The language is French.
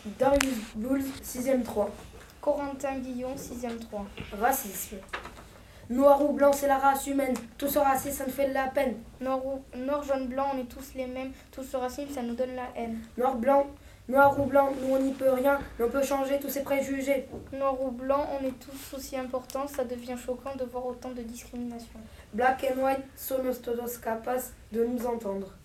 Darius Bouls, 6e 3. Corentin Guillon, 6e 3. Racisme. Noir ou blanc, c'est la race humaine. Tout ce racisme, ça nous fait de la peine. Noir, jaune, blanc, on est tous les mêmes. Tout ce racisme, ça nous donne la haine. Noir ou blanc, nous on n'y peut rien, mais on peut changer tous ces préjugés. Noir ou blanc, on est tous aussi importants. Ça devient choquant de voir autant de discrimination. Black and white, somos todos capaces de nous entendre.